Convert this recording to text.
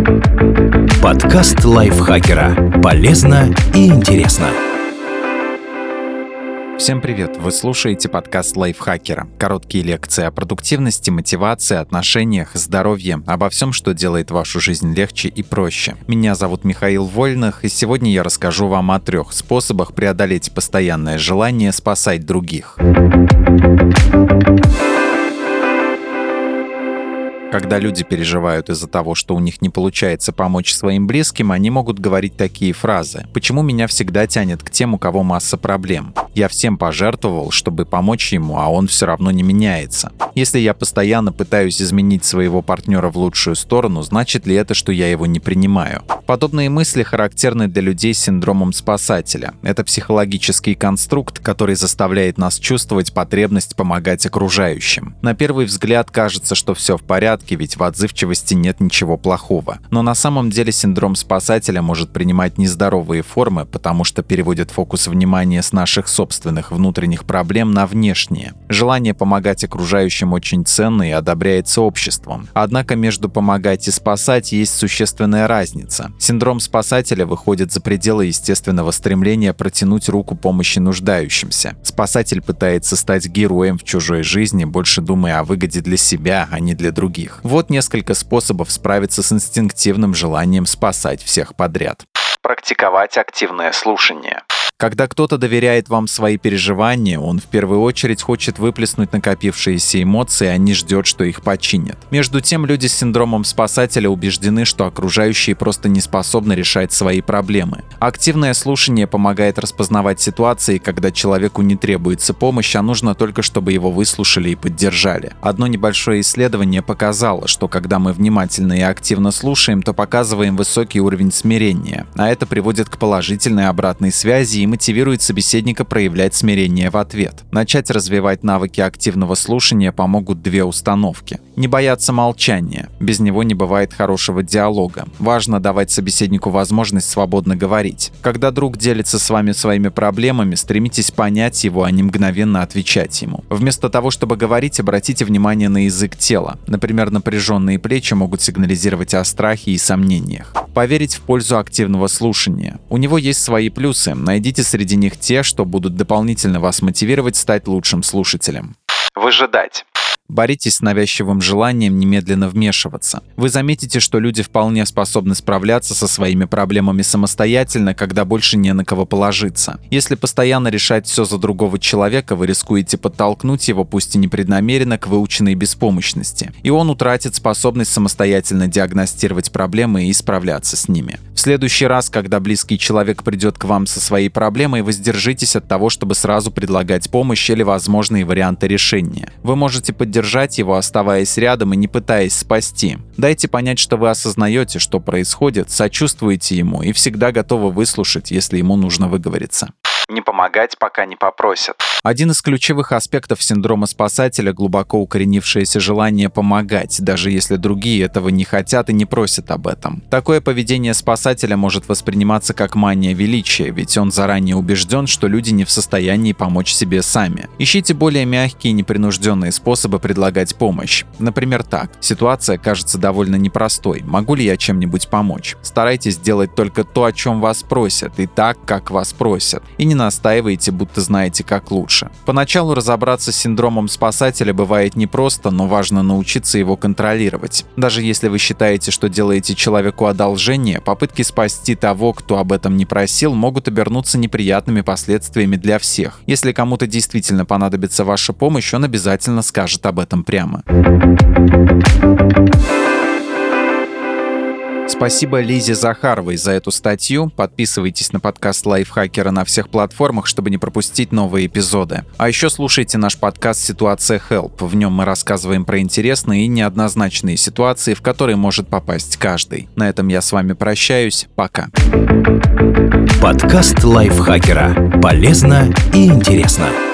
Подкаст лайфхакера. Полезно и интересно. Всем привет! Вы слушаете подкаст лайфхакера. Короткие лекции о продуктивности, мотивации, отношениях, здоровье, обо всем, что делает вашу жизнь легче и проще. Меня зовут Михаил Вольных, и сегодня я расскажу вам о 3 способах преодолеть постоянное желание спасать других. Когда люди переживают из-за того, что у них не получается помочь своим близким, они могут говорить такие фразы: «Почему меня всегда тянет к тем, у кого масса проблем? Я всем пожертвовал, чтобы помочь ему, а он все равно не меняется. Если я постоянно пытаюсь изменить своего партнера в лучшую сторону, значит ли это, что я его не принимаю?» Подобные мысли характерны для людей с синдромом спасателя. Это психологический конструкт, который заставляет нас чувствовать потребность помогать окружающим. На первый взгляд кажется, что все в порядке, ведь в отзывчивости нет ничего плохого. Но на самом деле синдром спасателя может принимать нездоровые формы, потому что переводит фокус внимания с наших собственных внутренних проблем на внешние. Желание помогать окружающим очень ценно и одобряется обществом. Однако между помогать и спасать есть существенная разница. Синдром спасателя выходит за пределы естественного стремления протянуть руку помощи нуждающимся. Спасатель пытается стать героем в чужой жизни, больше думая о выгоде для себя, а не для других. Вот несколько способов справиться с инстинктивным желанием спасать всех подряд. Практиковать активное слушание. Когда кто-то доверяет вам свои переживания, он в первую очередь хочет выплеснуть накопившиеся эмоции, а не ждет, что их починят. Между тем, люди с синдромом спасателя убеждены, что окружающие просто не способны решать свои проблемы. Активное слушание помогает распознавать ситуации, когда человеку не требуется помощь, а нужно только, чтобы его выслушали и поддержали. Одно небольшое исследование показало, что когда мы внимательно и активно слушаем, то показываем высокий уровень смирения, а это приводит к положительной обратной связи и мотивирует собеседника проявлять смирение в ответ. Начать развивать навыки активного слушания помогут 2 установки. Не бояться молчания. Без него не бывает хорошего диалога. Важно давать собеседнику возможность свободно говорить. Когда друг делится с вами своими проблемами, стремитесь понять его, а не мгновенно отвечать ему. Вместо того, чтобы говорить, обратите внимание на язык тела. Например, напряженные плечи могут сигнализировать о страхе и сомнениях. Поверить в пользу активного слушания. У него есть свои плюсы. Найдите среди них те, что будут дополнительно вас мотивировать стать лучшим слушателем. Выжидать. Боритесь с навязчивым желанием немедленно вмешиваться. Вы заметите, что люди вполне способны справляться со своими проблемами самостоятельно, когда больше не на кого положиться. Если постоянно решать все за другого человека, вы рискуете подтолкнуть его, пусть и непреднамеренно, к выученной беспомощности. И он утратит способность самостоятельно диагностировать проблемы и справляться с ними. В следующий раз, когда близкий человек придет к вам со своей проблемой, воздержитесь от того, чтобы сразу предлагать помощь или возможные варианты решения. Вы можете поддержать его, оставаясь рядом и не пытаясь спасти. Дайте понять, что вы осознаете, что происходит, сочувствуете ему и всегда готовы выслушать, если ему нужно выговориться. Не помогать, пока не попросят. Один из ключевых аспектов синдрома спасателя – глубоко укоренившееся желание помогать, даже если другие этого не хотят и не просят об этом. Такое поведение спасателя может восприниматься как мания величия, ведь он заранее убежден, что люди не в состоянии помочь себе сами. Ищите более мягкие и непринужденные способы предлагать помощь. Например, так. Ситуация кажется довольно непростой. Могу ли я чем-нибудь помочь? Старайтесь делать только то, о чем вас просят, и так, как вас просят. И не настаивайте, будто знаете, как лучше. Поначалу разобраться с синдромом спасателя бывает непросто, но важно научиться его контролировать. Даже если вы считаете, что делаете человеку одолжение, попытки спасти того, кто об этом не просил, могут обернуться неприятными последствиями для всех. Если кому-то действительно понадобится ваша помощь, он обязательно скажет об этом прямо. Спасибо Лизе Захаровой за эту статью. Подписывайтесь на подкаст Лайфхакера на всех платформах, чтобы не пропустить новые эпизоды. А еще слушайте наш подкаст «Ситуация Help». В нем мы рассказываем про интересные и неоднозначные ситуации, в которые может попасть каждый. На этом я с вами прощаюсь. Пока. Подкаст Лайфхакера. Полезно и интересно.